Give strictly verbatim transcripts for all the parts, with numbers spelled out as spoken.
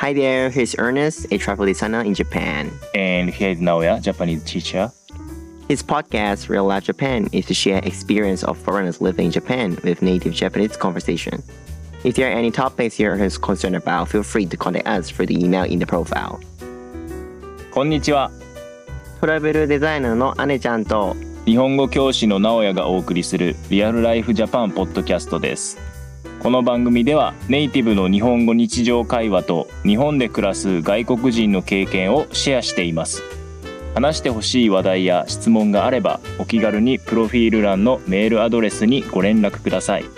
Hi there, here's Ernest, a travel designer in Japan. And here's Naoya, Japanese teacher. His podcast, Real Life Japan, is to share experience of foreigners living in Japan with native Japanese conversation. If there are any topics you're concerned about, feel free to contact us through the email in the profile. こんにちは。 トラベルデザイナーの姉ちゃんと日本語教師の直哉がお送りするリアルライフジャパンポッドキャストです。この番組ではネイティブの日本語日常会話と日本で暮らす外国人の経験をシェアしています。話してほしい話題や質問があればお気軽にプロフィール欄のメールアドレスにご連絡ください。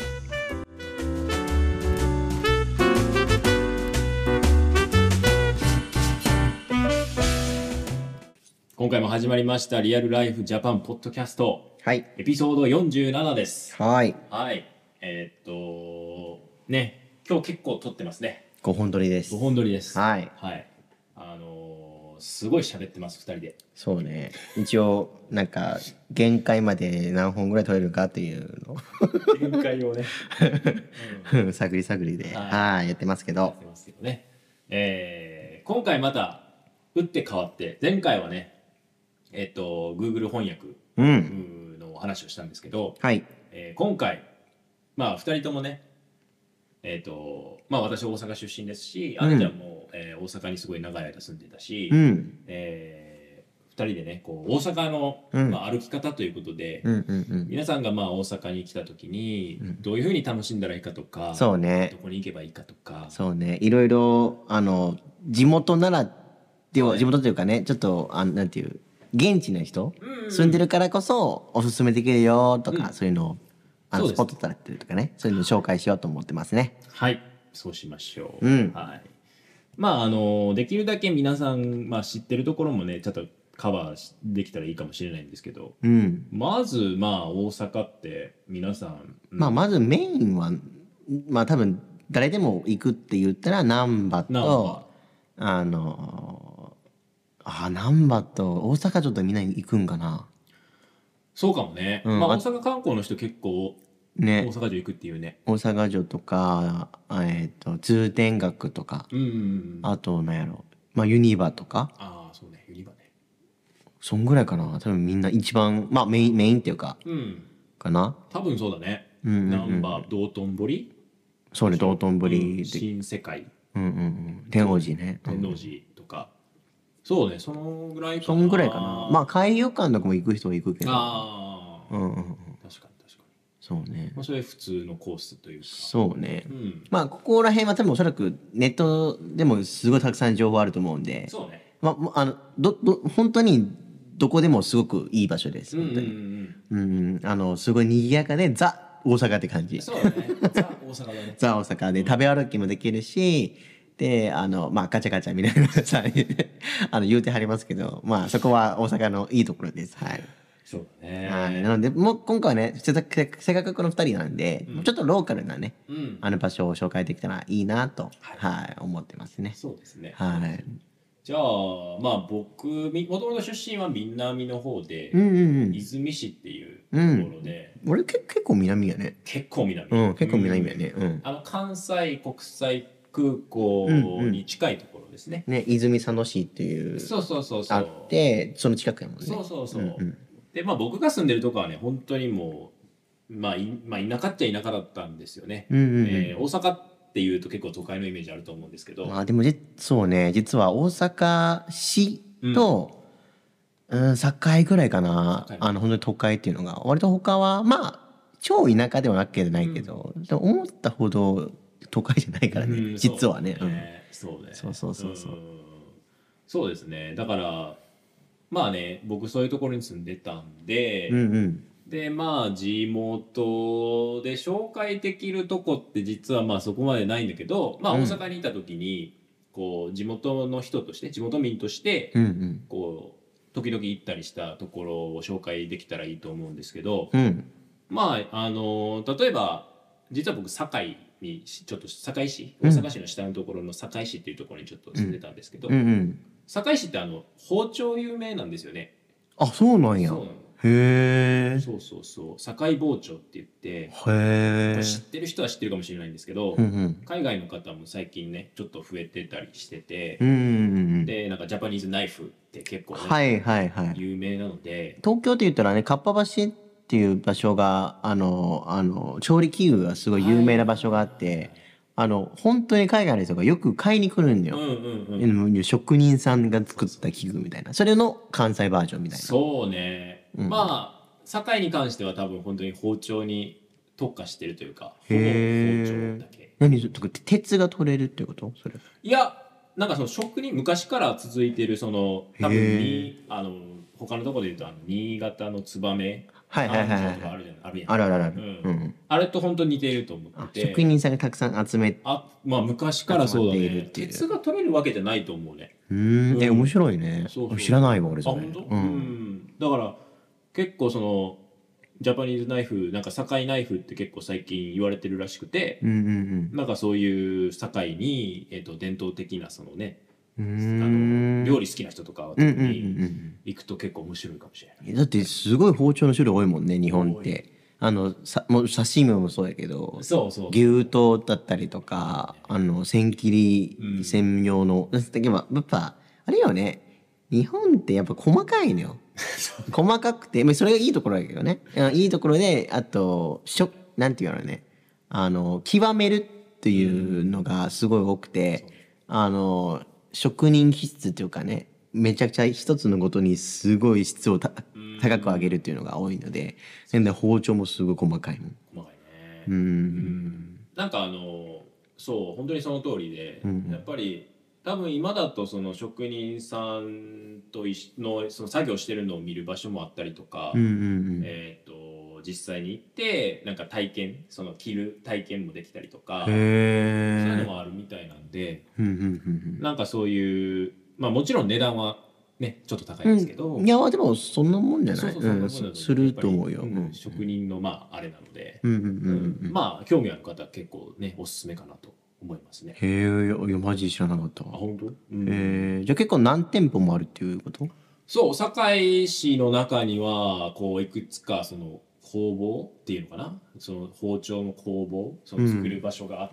今回も始まりましたリアルライフジャパンポッドキャスト、 はい、 エピソードよんじゅうななです。 はい、 はい、えー、っとね今日結構撮ってますね。 ごほん撮りです。 ごほん撮りです。 はい、 はい、あのーすごい喋ってますふたりで。 そうね、一応なんか限界まで何本ぐらい撮れるかっていうの限界をね、 うん、探り探りで、はい、はいやってますけど、やってますけどね、えー、今回また打って変わって前回はねえっと Google 翻訳の話をしたんですけど、 うんはいえー、今回まあふたりともねえっとまあ私大阪出身ですし、あねちゃんも、うんえー、大阪にすごい長い間住んでたし、 うんえー、ふたりでねこう大阪の、 うんまあ、歩き方ということで、 うんうんうん、 皆さんがまあ大阪に来た時にどういうふうに楽しんだらいいかとか、 そうね、 どこに行けばいいかとか、 そうね、いろいろあの地元ならでは、ね、地元というかねちょっとあなんていう現地の人、うんうん、住んでるからこそおすすめできるよとか、うん、そういうのをあのスポットされてるとかね、そういうのを紹介しようと思ってますね。 はい、そうしましょう。 うん、 はい。まああのできるだけ皆さん、まあ、知ってるところもねちょっとカバーできたらいいかもしれないんですけど、 うん、 まずまあ大阪って皆さん、 うん、まあまずメインはまあ多分誰でも行くって言ったら難波とあのあ難波と大阪城とみんな行くんかな。 そうかもね、うん、まあ大阪観光の人結構ね、大阪城行くっていうね。 大阪城とか、えー、と通天閣とか、 うんうんうん、 あと何やろ、まあ、ユニバとか、 ああそうねユニバね、 そんぐらいかな多分みんな一番まあメインメインっていうか、 うん、 かな多分そうだね。 難波、道頓堀、 そうね道頓堀で、 新世界、 うんうんうん、天王寺ね、 天王寺とか、うん、そうねそのぐらいかな。 そんぐらいかな。まあ海遊館とかも行く人は行くけど、 ああ、 うんうんうん、 確かに確かにそうね、 まあ、それ普通のコースというか、 そうね、 うん、 まあここら辺は多分おそらくネットでもすごいたくさん情報あると思うんで、 そうね、 まあ、あのどど本当にどこでもすごくいい場所です。本当に、うんうんうん、あのすごい賑やかでザ大阪って感じ。 そうね、ザ大阪だね。 ザ大阪で食べ歩きもできるし、であのまあガチャガチャみたいなさあの言うてはりますけど、まあそこは大阪のいいところです。はい。 そうだね。 はい。なのでもう今回はねせっかくこのふたりなんで、うん、ちょっとローカルなね、うん、あの場所を紹介できたらいいなと、はい、はい、思ってますね。 そうですね。 はい。 じゃあまあ僕もともと出身は南の方で、 うんうんうん、 泉市っていうところで、 うん、俺け結構南やね。 結構南。 うん、結構南やね。うん。 あの関西国際空港に近いところですね。 うんうん、ね、泉佐野市っていうそうそうそうそうあってその近くやもんね。 そうそうそう。 うんうん、 でまあ僕が住んでるとこはね本当にもうまあ、いまあ、田舎っちゃ田舎だったんですよね。 うんうんうん、 えー、大阪っていうと結構都会のイメージあると思うんですけど、 まあでもじそうね実は大阪市と、うんうん、境ぐらいかな、あの本当に都会っていうのが割と他はまあ超田舎ではなくてないけど、うん、でも思ったほど都会じゃないからね、うん、実はね。 そうね。 そうそうそうそう。 そうですね。だからまあね僕そういうところに住んでたんで、 うんうん、 でまあ地元で紹介できるとこって実はまあそこまでないんだけど、まあ大阪にいた時にこう地元の人として地元民としてこう時々行ったりしたところを紹介できたらいいと思うんですけど、 うん、 まああの例えば実は僕堺にちょっと堺市大阪市の下のところの堺市っていうところにちょっと住んでたんですけど、 うんうんうん、 堺市ってあの包丁有名なんですよね。 あ、そうなんや。 へえ。 そうそうそう堺包丁って言って、 へえ。 知ってる人は知ってるかもしれないんですけど、 うんうん、 海外の方も最近ねちょっと増えてたりしてて、 うんうんうん、 でなんかジャパニーズナイフって結構ね、 はいはいはい、 有名なので、 東京って言ったらね、かっぱ橋っていう場所があのあの調理器具がすごい有名な場所があって、あの本当に海外の人がよく買いに来るんだよ、 うんうんうん、 職人さんが作った器具みたいな、それの関西バージョンみたいな。 そうね、 うん、 まあ堺に関しては多分本当に包丁に特化してるというか、ほぼ包へ丁だけ。 何とか鉄が取れるってこと？それいやなんかその職人昔から続いてるその多分にあの他のところで言うとあの新潟の燕はいはいはいはい、 とかあるじゃん、あるやん、 あるあるある、 うんうん、 あれと本当に似ていると思ってて、 職人さんがたくさん集めあまあ昔からそうだね、 集まっているっていう鉄が取れるわけじゃないと思うね。 うーん、え、 うん面白いね。 そうそう知らないわ俺それ。 あ本当、 ううんん、だから結構そのジャパニーズナイフなんか堺ナイフって結構最近言われてるらしくて、 うんうんなんかそういう堺に、えっと、伝統的なそのね、 うん。うあーん。 の料理好きな人とかは特うんうんうんに行くと結構面白いかもしれない。 うん。だってすごい包丁の種類多いもんね日本って。あのさもう刺身もそうやけど、 そうそう牛刀だったりとか、あの千切り専用の、だってやっぱあれよね。日本ってやっぱ細かいのよ。細かくて、まあそれがいいところだけどね。いいところで、あとしょなんていうのね、あの極めるっていうのがすごい多くて、あの職人気質っていうかね、めちゃくちゃ一つのごとにすごい質をた高く上げるっていうのが多いので、で包丁もすごい細かいもん。 細かいね。 うん、 うんなんかあのそう本当にその通りで、 うんやっぱり多分今だとその職人さんと一緒のその作業してるのを見る場所もあったりとか、 うんうんうん、 えっと実際に行ってなんか体験その着る体験もできたりとか、そうへいうのえ。 もあるみたいなんで、 うんうんうんなんかそういうまあもちろん値段はねちょっと高いうん。 ですけど、 うん、いやでもそんなもんじゃない。 そうそうそう、 うん、 そんなもんだと思うすると思うよ。 やっぱりうん職人のまああれなので、 うんうんうんうん。 まあ興味ある方は結構ねおすすめかなと思いますね。 へえ、いやマジ知らなかったわ。 あ本当？うんへえ、じゃあ結構何店舗もあるっていうこと？ そう堺市の中にはこういくつかその工房っていうのかな、その包丁の工房その作る場所があって、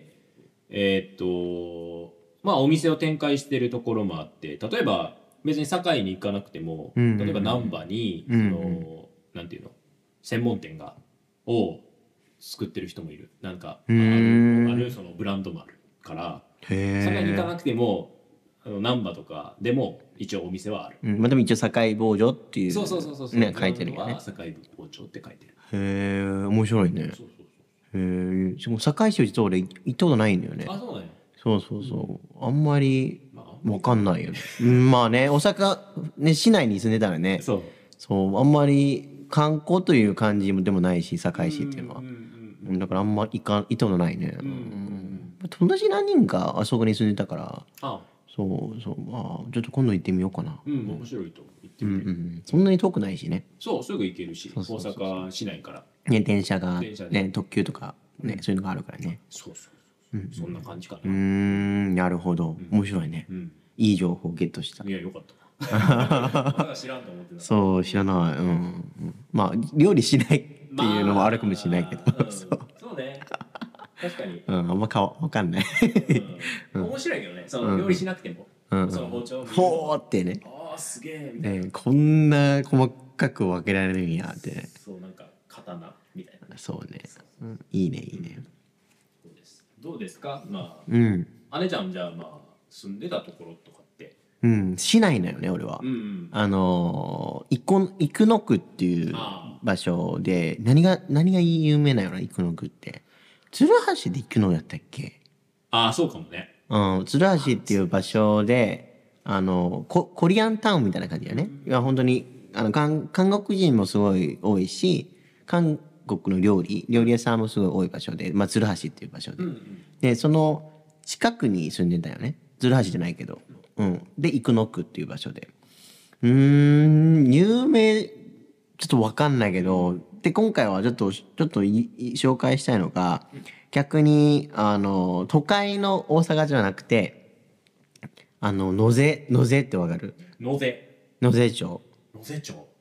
えーっとまあお店を展開してるところもあって、例えば別に堺に行かなくても、 うんうんうん例えば難波にそうんの、 うんなんていうの専門店がを作ってる人もいる、なんかあうーんるあるそのブランドもあるからへ堺に行かえ。 なくてもあの難波とかでも一応お店はある。 うん、まあでも一応堺坊主っていうそうそうそうそうそう、 ね書いてるよねブランドは。堺部包丁って書いてる。 へえ、面白いね。 そうそうへえ、しかも堺市は実は俺行ったことないんだよね。 そう。あ、そうなんや。 そうそうそう。あんまりまあわかんないよね。うんまあね、大阪ね市内に住んでたらね、 そう。 そうあんまり観光という感じでもないし堺市っていうのはうん、うんだからあんま行か行ったことないね。 うんうんうん友達何人かあそこに住んでたから、 あ、 そうそう、あちょっと今度行ってみようかな。 うん、面白いと言ってうんみて。 うん、そんなに遠くないしね。 そう、すぐ行けるし、大そうそうそうそう阪市内から。 ね、電車が電車でね特急とかね、そういうのがあるからね。 そうそうそう。そんな感じかうーな。 ん、なるほど、面白いね。 うん。 いい情報をゲットしたい。や、よかった。まだ知らんと思ってた。 そう知らない。うん、うんまあ料理しないっていうのもあるかもしれないけど、 まあうんそう、 そうね。確かに。 うん、あんまかわわかんない。 うん面白いけどね、その料理しなくても、 うんその包丁を見るほーってね。 ああ、すげえみたいな。 ね、こんな細かく分けられるんやってね。 そう、なんか刀みたいな。 そうね、うん、いいねいいね。 そうですどうですか、まうんあ、姉ちゃんじゃあ、まあ、住んでたところとかって。 うん市内だよね俺は。 うんうん。 あのー、生生野区っていうあ場所で何が何が有名なの生野区って。鶴橋で生野やったっけ？ ああ、そうかもね。 うん、鶴橋っていう場所で、あのココリアンタウンみたいな感じだよね。いや本当にあの韓韓国人もすごい多いし、韓国の料理料理屋さんもすごい多い場所で、まあ鶴橋っていう場所で、 うんうん。 でその近くに住んでたよね。鶴橋じゃないけど、うん、で生野区っていう場所で、うーん有名ちょっと分かんないけど、で今回はちょっとちょっといい紹介したいのが、逆にあの都会の大阪じゃなくて、あの野瀬野瀬ってわかる？ 野瀬。 野瀬町野瀬町。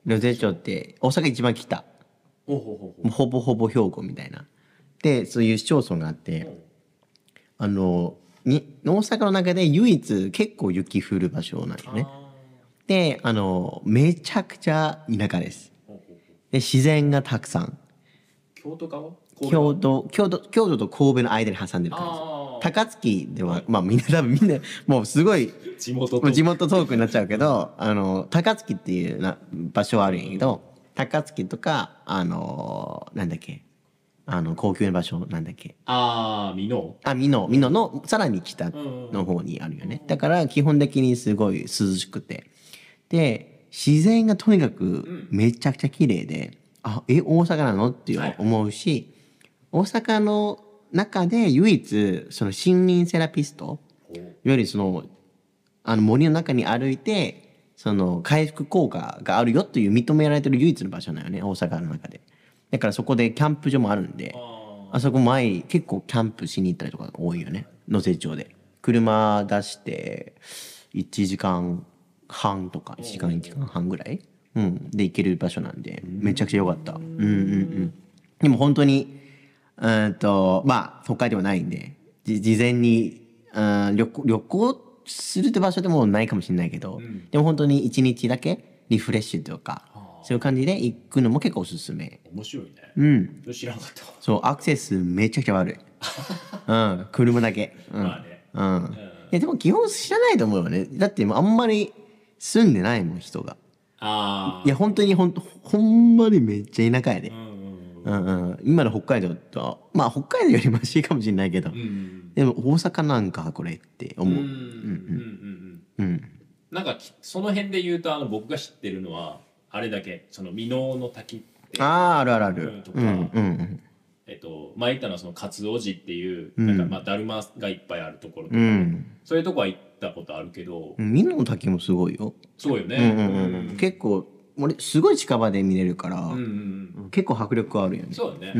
野瀬町って大阪一番北。 ほうほうほうほう。 ほぼほぼ兵庫みたいな。でそういう市町村があって、 うんあのに大阪の中で唯一結構雪降る場所なんよね。 あであのめちゃくちゃ田舎です。 ーほうほうほう。 で自然がたくさん。 京都側？ 京都京都京都と神戸の間に挟んでる感じ。 あー高槻ではまあみんな多分みんなもうすごい地元ともう地元トークになっちゃうけど、あの高槻っていうな場所はあるんやけど、高槻とかあのなんだっけあの高級な場所なんだっけああ、美濃。 あ美濃美濃のさらに北の方にあるよね。だから基本的にすごい涼しくて、で自然がとにかくめちゃくちゃ綺麗で、あえ大阪なのって思うし、大阪の中で唯一その森林セラピストいわゆるそのあの森の中に歩いてその回復効果があるよという認められてる唯一の場所なのよね、大阪の中で。だからそこでキャンプ場もあるんで、あそこ前結構キャンプしに行ったりとか多いよね、野瀬町で。車出していちじかんはんとかいちじかんいちじかんはんぐらい、うん、で行ける場所なんでめちゃくちゃ良かった。うんうんうん。でも本当にうんとまあ都会ではないんでじ事前にうん旅行旅行するって場所でもないかもしれないけど、うん、でも本当にいちにちだけリフレッシュというか、はあ、そういう感じで行くのも結構おすすめ。 面白いね。 うん。 知らなかった。 そうアクセスめちゃくちゃ悪い。うん、車だけ。うん。まあね、うん。うん、いやでも基本知らないと思うよね。だってあんまり住んでないもん人が。ああ。いや本当にほんほんまにめっちゃ田舎やで。うんうんうん、今の北海道とまあ北海道よりマシかもしれないけど、うん、でも大阪なんかこれって思う。うんうんうんうん。なんかその辺で言うとあの僕が知ってるのはあれだけその箕面の滝ってあああるあるあるとか、うんうんうん、えっと前言ったのはその勝尾寺っていう、うん、なんかまあだるまがいっぱいあるところとか、うん、そういうとこは行ったことあるけど、 箕面の滝もすごいよ。 そうよね。 うんうんうんうん、結構俺すごい近場で見れるから、うんうんうん、結構迫力あるよね。 そうだね、 うんうん、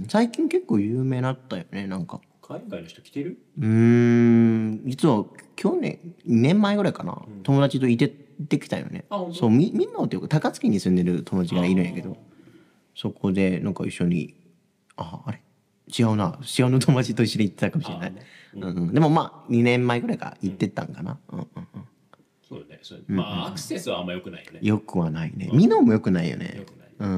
最近結構有名になったよね。なんか海外の人来てる？ うーん実は去年にねんまえぐらいかな、うん、友達といてできたよね。そうみみんなっていうか高槻に住んでる友達がいるんやけど、そこでなんか一緒にああれ違うな違うの友達と一緒に行ってたかもしれない、うんうん、でもまあにねんまえぐらいから行ってったんかな。うんうんうん、 そうね、そうね、まあアクセスはあんま良くないよね。 良くはないね。美濃も良くないよね。良くない。うん、うん、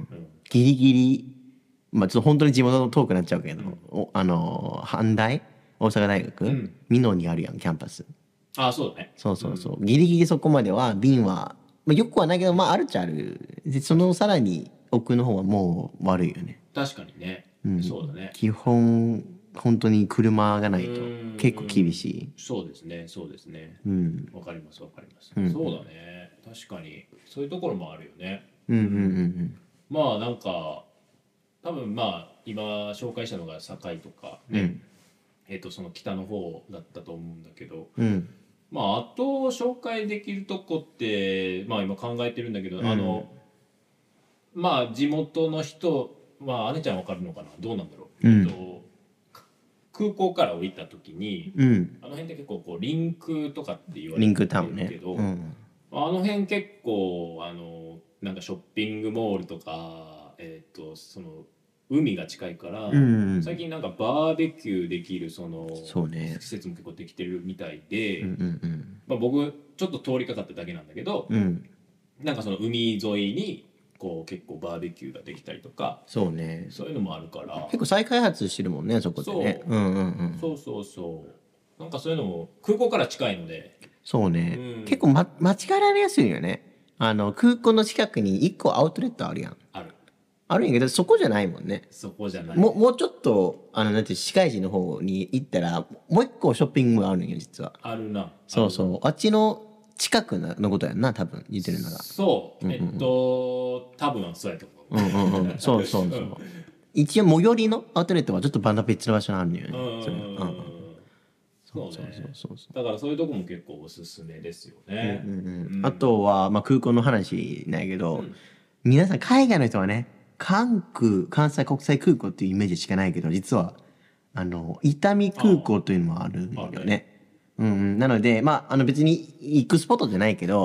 ギリギリまあちょっと本当に地元の遠くなっちゃうけど、うん、おあの阪大大阪大学、うん、美濃にあるやんキャンパス。 ああそうだね。 そうそうそう、うん、ギリギリそこまでは便は、まあ、よくはないけどまああるっちゃある。でそのさらに奥の方はもう悪いよね。 確かにね、うん、そうだね。 基本本当に車がないと結構厳しい。 そうですねそうですね。うん。わかりますわかります、うん。そうだね。確かにそういうところもあるよね。うんうんうんうん。まあなんか多分まあ今紹介したのが堺とかね、うん、えっとその北の方だったと思うんだけど、うん、まああと紹介できるとこってまあ今考えてるんだけど、うん、あのまあ地元の人まあ姉ちゃんわかるのかなどうなんだろう。うん、えっと空港から降りた時に、うん、あの辺って結構こうリンクとかって言われてるけど、リンクタウンね、うん、あの辺結構あのなんかショッピングモールとか、えー、とその海が近いから、うんうん、最近なんかバーベキューできるそのそう、ね、施設も結構できてるみたいで、うんうんうんまあ、僕ちょっと通りかかっただけなんだけど、うん、なんかその海沿いにこう結構バーベキューができたりとかそうねそういうのもあるから結構再開発してるもんねそこでね。 そう、うんうんうん、そうそうそうなんかそういうのも空港から近いのでそうね、うん、結構、ま、間違えられやすいよね。あの空港の近くにいっこアウトレットあるやん。 あるあるんやけどそこじゃないもんね。 そこじゃない。 ももうちょっとあのなんて市街地の方に行ったらもう一個ショッピングがあるんよ実は。 あるな。 そうそうあっちの近くのことやんな多分言ってるのが。 そう、うんうん、えっと多分そうやと思う。うんうんうんそうそうそう。うん、一応最寄りのアウトレットはちょっとバンダ別の場所にあるんよね。うんそれうんうんそうね、だからそういうとこも結構おすすめですよね。うんうんうん、あとは、まあ、空港の話なんやけど、うん、皆さん海外の人はね関空関西国際空港っていうイメージしかないけど実はあの伊丹空港というのもあるんだよね。うんうん、なのでまああの別に行くスポットじゃないけど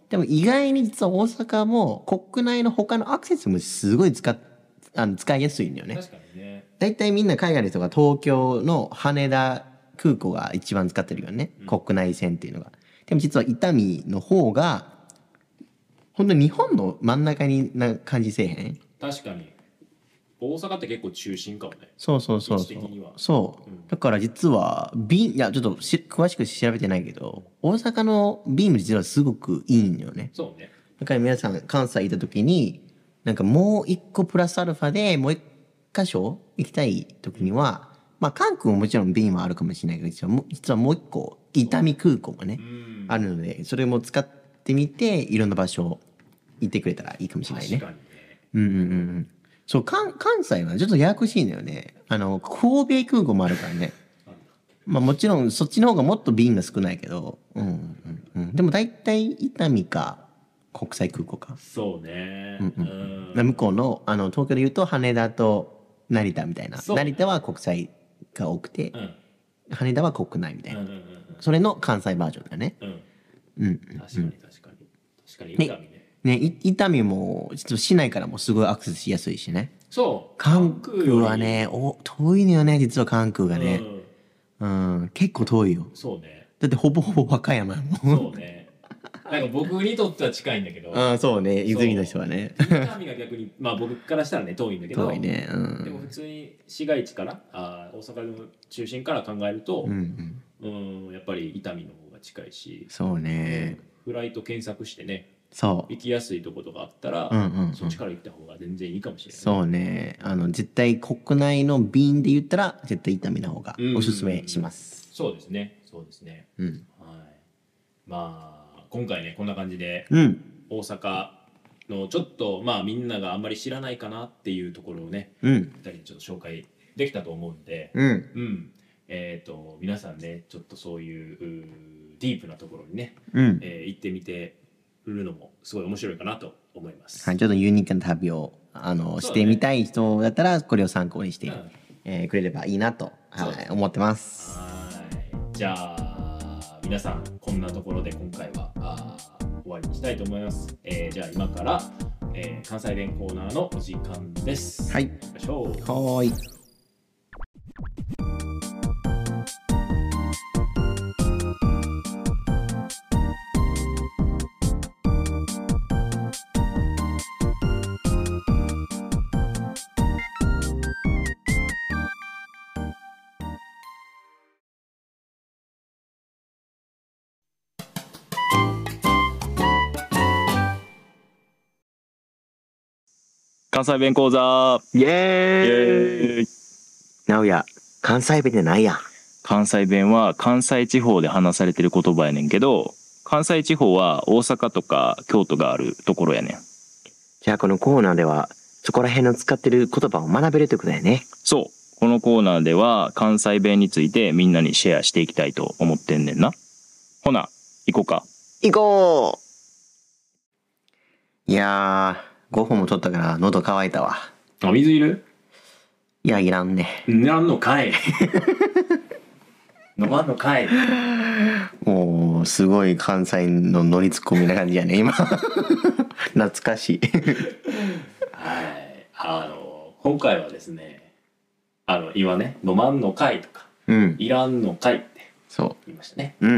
でも意外に実は大阪も国内の他のアクセスもすごい使っあの使いやすいんだよね。 確かにね。 だいたいみんな海外の人が東京の羽田空港が一番使ってるよね、うん、国内線っていうのが。でも実は伊丹の方が本当に日本の真ん中にな感じせえへん？ 確かに大阪って結構中心かもね。 そうそうそうそうそう、うん、だから実は便いやちょっとし詳しく調べてないけど大阪の便も実はすごくいいんよね。 そうね。 だから皆さん関西行った時になんかもう一個プラスアルファでもう一箇所行きたい時には、まあ関空ももちろん便はあるかもしれないけど実はもう実はもう一個伊丹空港もねあるのでそれも使ってみていろんな場所行ってくれたらいいかもしれないね。 確かにね。 うんうんうん。そう関関西はちょっとややこしいのよね。あの神戸空港もあるからね。まあもちろんそっちの方がもっと便が少ないけど、うんうんうん、でも大体伊丹か国際空港か。 そうね。 うんうん、向こうのあの東京でいうと羽田と成田みたいな、ね、成田は国際が多くて、うん、羽田は国内みたいな、うんうんうん、それの関西バージョンだよね。 うんうん、 確かに確かに確かに伊丹ね。 ね、伊丹も実は市内からもすごいアクセスしやすいしね。 そう関空はねお遠いのよね実は関空がね、うん、うん、結構遠いよ。 そうね。 だってほぼほぼ和歌山やもん。 そうね。なんか僕にとっては近いんだけどああそうね泉の人はね伊丹が逆にまあ僕からしたらね遠いんだけど遠いね、うん、 でも普通に市街地からあ大阪の中心から考えると、うんうん、うんやっぱり伊丹の方が近いしそうね、 フライト検索してねそう行きやすいとことかあったら、うんうんうん、そっちから行った方が全然いいかもしれない、ね、 そうねあの絶対国内の便で言ったら絶対伊丹の方がおすすめします、 うんうん、そうですねそうですね、うんはい、まあ今回ねこんな感じで、 うん、 大阪のちょっとまあみんながあんまり知らないかなっていうところをね、 うん、 ふたりにちょっと紹介できたと思うんで、 うんうん、えーと皆さんねちょっとそういうディープなところにね、 うんえー、行ってみてるのもすごい面白いかなと思います。 はい、ちょっとユニークな旅をあの、ね、してみたい人だったらこれを参考にして、うんえー、くれればいいなと、はい、思ってます。 はいじゃあ皆さんこんなところで今回はあ終わりにしたいと思います。えー、じゃあ今から、えー、関西弁コーナーのお時間です。 はい。 行きましょう。 はい。 関西弁講座イエーイなおや関西弁って何や。 関西弁は関西地方で話されてる言葉やねんけど関西地方は大阪とか京都があるところやねん。 じゃあこのコーナーではそこら辺の使ってる言葉を学べるってことだよね。 そうこのコーナーでは関西弁についてみんなにシェアしていきたいと思ってんねんな。ほな行こうか。 行こう。いやーごほんも取ったから喉乾いたわ。 あ水いる？ いやいらんね。 いらんのかい飲まんのかい。 もうすごい関西のノリツッコミな感じやね今懐かしいはいあの今回はですねあの今ね飲まんのかいとか、 うん、 いらんのかいってそう言いましたね。 うん、うん、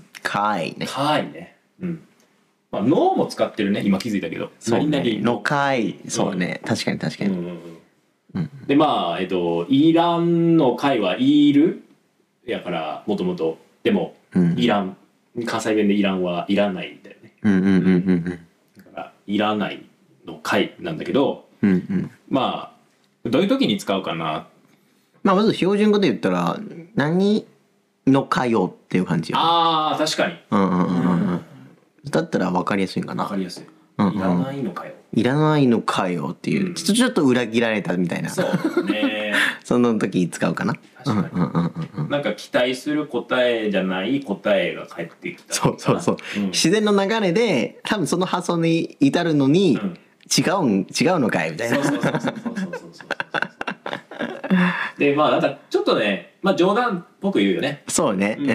かいねかいねうんまあ、脳も使ってるね今気づいたけどそうねのかいそうね、うん、確かに確かに、うんうんうん、でまあえっといらんのかいはいるやからもともとでも、うん、いらん関西弁でいらんはいらないんだよねうんうんうんうんうんだからいらないのかいなんだけど、 うんうん、 まあどういう時に使うかな。 まあまず標準語で言ったら何のかよっていう感じよ、ね、 あー確かにうんうんうんうん、うんだったら分かりやすいかな。 分かりやすい、 うんうん、 いらないのかよいらないのかよっていう、うん、ちょっとちょっと裏切られたみたいなそうねその時使うかな。 確かに、うんうんうんうん、なんか期待する答えじゃない答えが返ってきたそうそうそう、うん、自然の流れで多分その発想に至るのに、うん、違うん違うのかいみたいな。 そうそうそうそうそうそうそうそうでまあなんかちょっとね、まあ冗談っぽく言うよね。 そうね。 うんうん。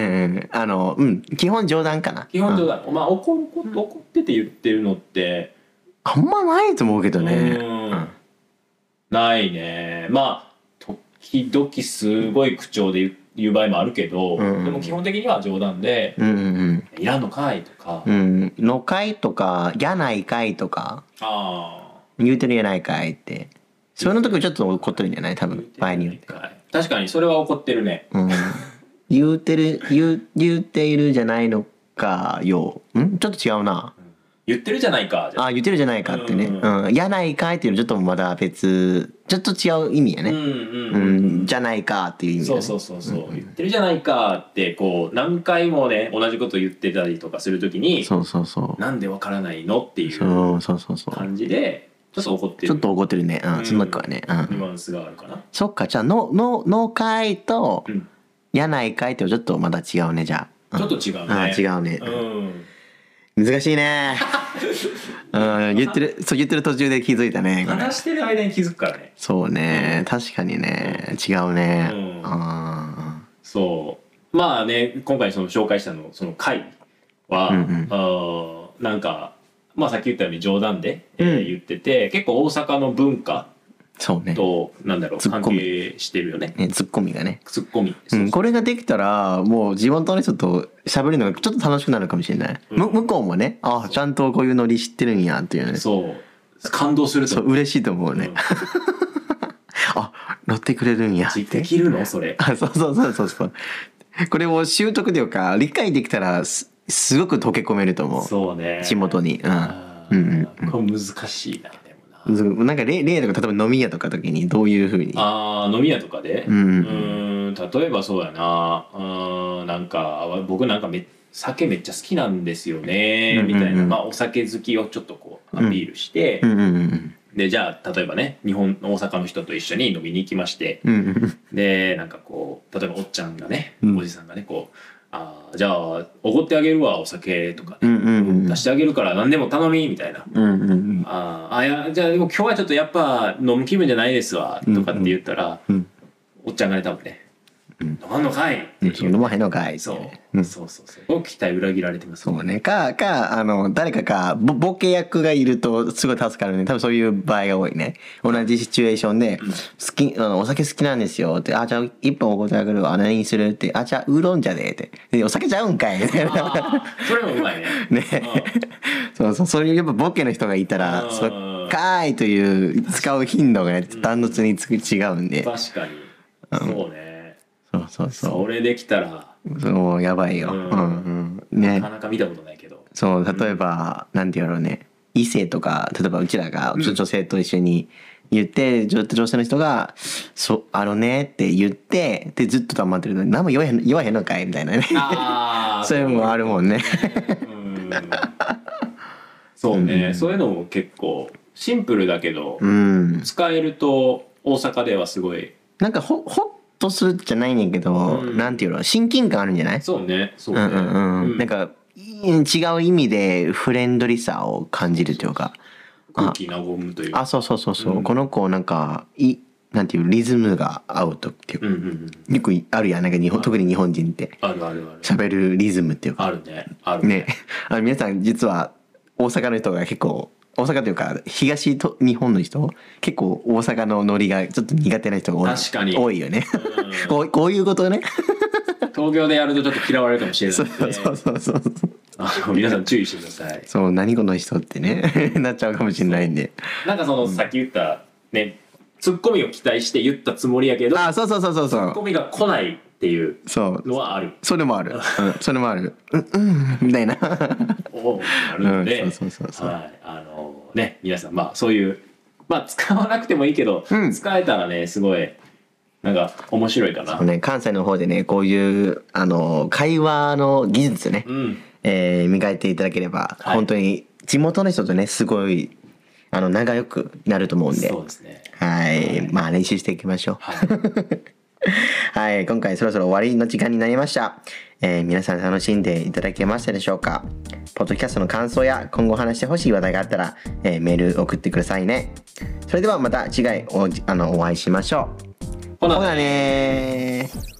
あの、うん。基本冗談かな。 基本冗談。 談。まあ怒るこ怒ってて言ってるのってあんまないと思うけどね。 うんないね。まあ時々すごい口調で言う言う場合もあるけど、 うんでも基本的には冗談でうんうん 「いらんのかい」とか、 うん。うん。のかいとか、やないかいとか、 ああ言うてるやないかいって。そういうの時ちょっと怒ってるんじゃない多分、場合によって。 確かにそれは怒ってるね。 うん。言うてる、言う、言うているじゃないのかよ。んちょっと違うな。 言ってるじゃないか。 あ、言ってるじゃないかってね。 うんうん。やないかいっていうのちょっとまだ別、ちょっと違う意味やね。 うんうんううんん。じゃないかっていう意味だね。 そうそうそうそう、言ってるじゃないかってこう何回もね同じこと言ってたりとかするときにそうそうそう。 なんでわからないのっていそううそうそうそう。 感じでちょっと怒ってるちょっと怒ってるね。うん、その時はね。うニん。 ュアンスがあるかな。 そっか、じゃあ、の、の、のかいとう、んやないかいってちょっとまた違うね、じゃあ。 ちょっと違うね。 あ違うね。 うん。 難しいね。うん、言ってる、そう言ってる途中で気づいたね。これ話してる間に気づくからね。 そうね、確かにね、違うね。 うんあそう。まあね今回その紹介したのその回は、 うんうんあーなんかまあさっき言ったように冗談で、えーうん言ってて結構大阪の文化ーそうね。 となんだろう関ツッコミ係してるよね。 ね、ツッコミがね。 ツッコミ。 うん、これができたらもう地元の人と喋るのがちょっと楽しくなるかもしれない、 うんむ向こうもね、ああちゃんとこういうノリ知ってるんやっていうね、 そう感動すると思う。 そう嬉しいと思うね、 うんあ乗ってくれるんやってできるのそれ。 あそうそうそうそうそうこれを習得というか理解できたらすすごく溶け込めると思うそうね。 地元に、うん、 あーうんうんこれ難しいなでもな。 うんなんか例例とか例えば飲み屋とか時にどういうふうにあー飲み屋とかで、 うんうーん例えばそうやな、うーんなんか僕なんかめ酒めっちゃ好きなんですよね、 うんうんうんみたいな、まあ、お酒好きをちょっとこうアピールして、 うんうんうんでじゃあ例えばね日本大阪の人と一緒に飲みに行きまして、 うんうんでなんかこう例えばおっちゃんがね、 うんおじさんがねこう「あーじゃあおごってあげるわお酒」とかね、 うんうんうん出してあげるから何でも頼み」みたいな。 うんうんうんあーあいやじゃあでも今日はちょっとやっぱ飲む気分じゃないですわとかって言ったら、 うんおっちゃんがね多分ね「 うん飲まんのかい!」ってうん言う、 飲まへんのかいってそう、 ねうんそうそうそう期待裏切られてますそうね。か、か、あの、誰かか、ボボケ役がいるとすごい助かるね。多分そういう場合が多いね。同じシチュエーションで、好き、あの、お酒好きなんですよって、あ、じゃあ一本おごってあげるわ。何にするって、あ、じゃあウーロン茶でって。で、お酒ちゃうんかいみたいな。 あーそれもうまいねね。そうそう、そういうやっぱボケの人がいたうら、 んそっかーいという使う頻度がね、ダントツにつ違うんで。 確かにそうね、 そうそうそそれできたらう。そう、やばいよ。 ううんんうん。ねなか。なか見たことないけどそう例えば、なんて言うやろうね異性とか例えばうちらがうん女性と一緒に言って、女女性の人が「そうあのね」って言ってでずっと黙ってるのに何も言わへん言わへんのかいみたいなねああそういうのもあるもんねうんそうね、 うんそういうのも結構シンプルだけど、 うん使えると大阪ではすごいなんかほほっとするじゃないねんけど、 うんなんていうの親近感あるんじゃないそうねそうね、 うんうんうん、 うんなんかい違う意味でフレンドリさを感じるというか空気和むというかあそうそうそうそう、 うんこの子なんかいなんていうリズムが合うとっていうか、 うんうんうんよくあるやんなんか日本特に日本人ってあるあるある喋るリズムっていうかあるねあるねあの皆さん実は大阪の人が結構大阪というか東と日本の人結構大阪のノリがちょっと苦手な人が多い確かに多いよねうんこうこういうことね東京でやるとちょっと嫌われるかもしれないそのでうそうそうそうあの皆さん注意してください。 そう何この人ってねなっちゃうかもしれないんでなんかそのさっき言ったねツッコミを期待して言ったつもりやけどあそうそうそうそうそツッコうミが来ないっていうそうのはあるそれもある、うん、それもあるうんうんみたいなおあるので、 うんそうそうそうそうはいあのね皆さんまあそういうまあ使わなくてもいいけど、 うん使えたらねすごいなんか面白いかな。 ね、関西の方でねこういうあの会話の技術ね、 うんえー磨いていただければ、 はい本当に地元の人とねすごいあの仲良くなると思うんでそうですね。 はいまあ練習していきましょうはいはい今回そろそろ終わりの時間になりました、えー皆さん楽しんでいただけましたでしょうか。ポッドキャストの感想や今後話してほしい話題があったら、えーメール送ってくださいね。それではまた次回おあのお会いしましょう。 ほなほなねー。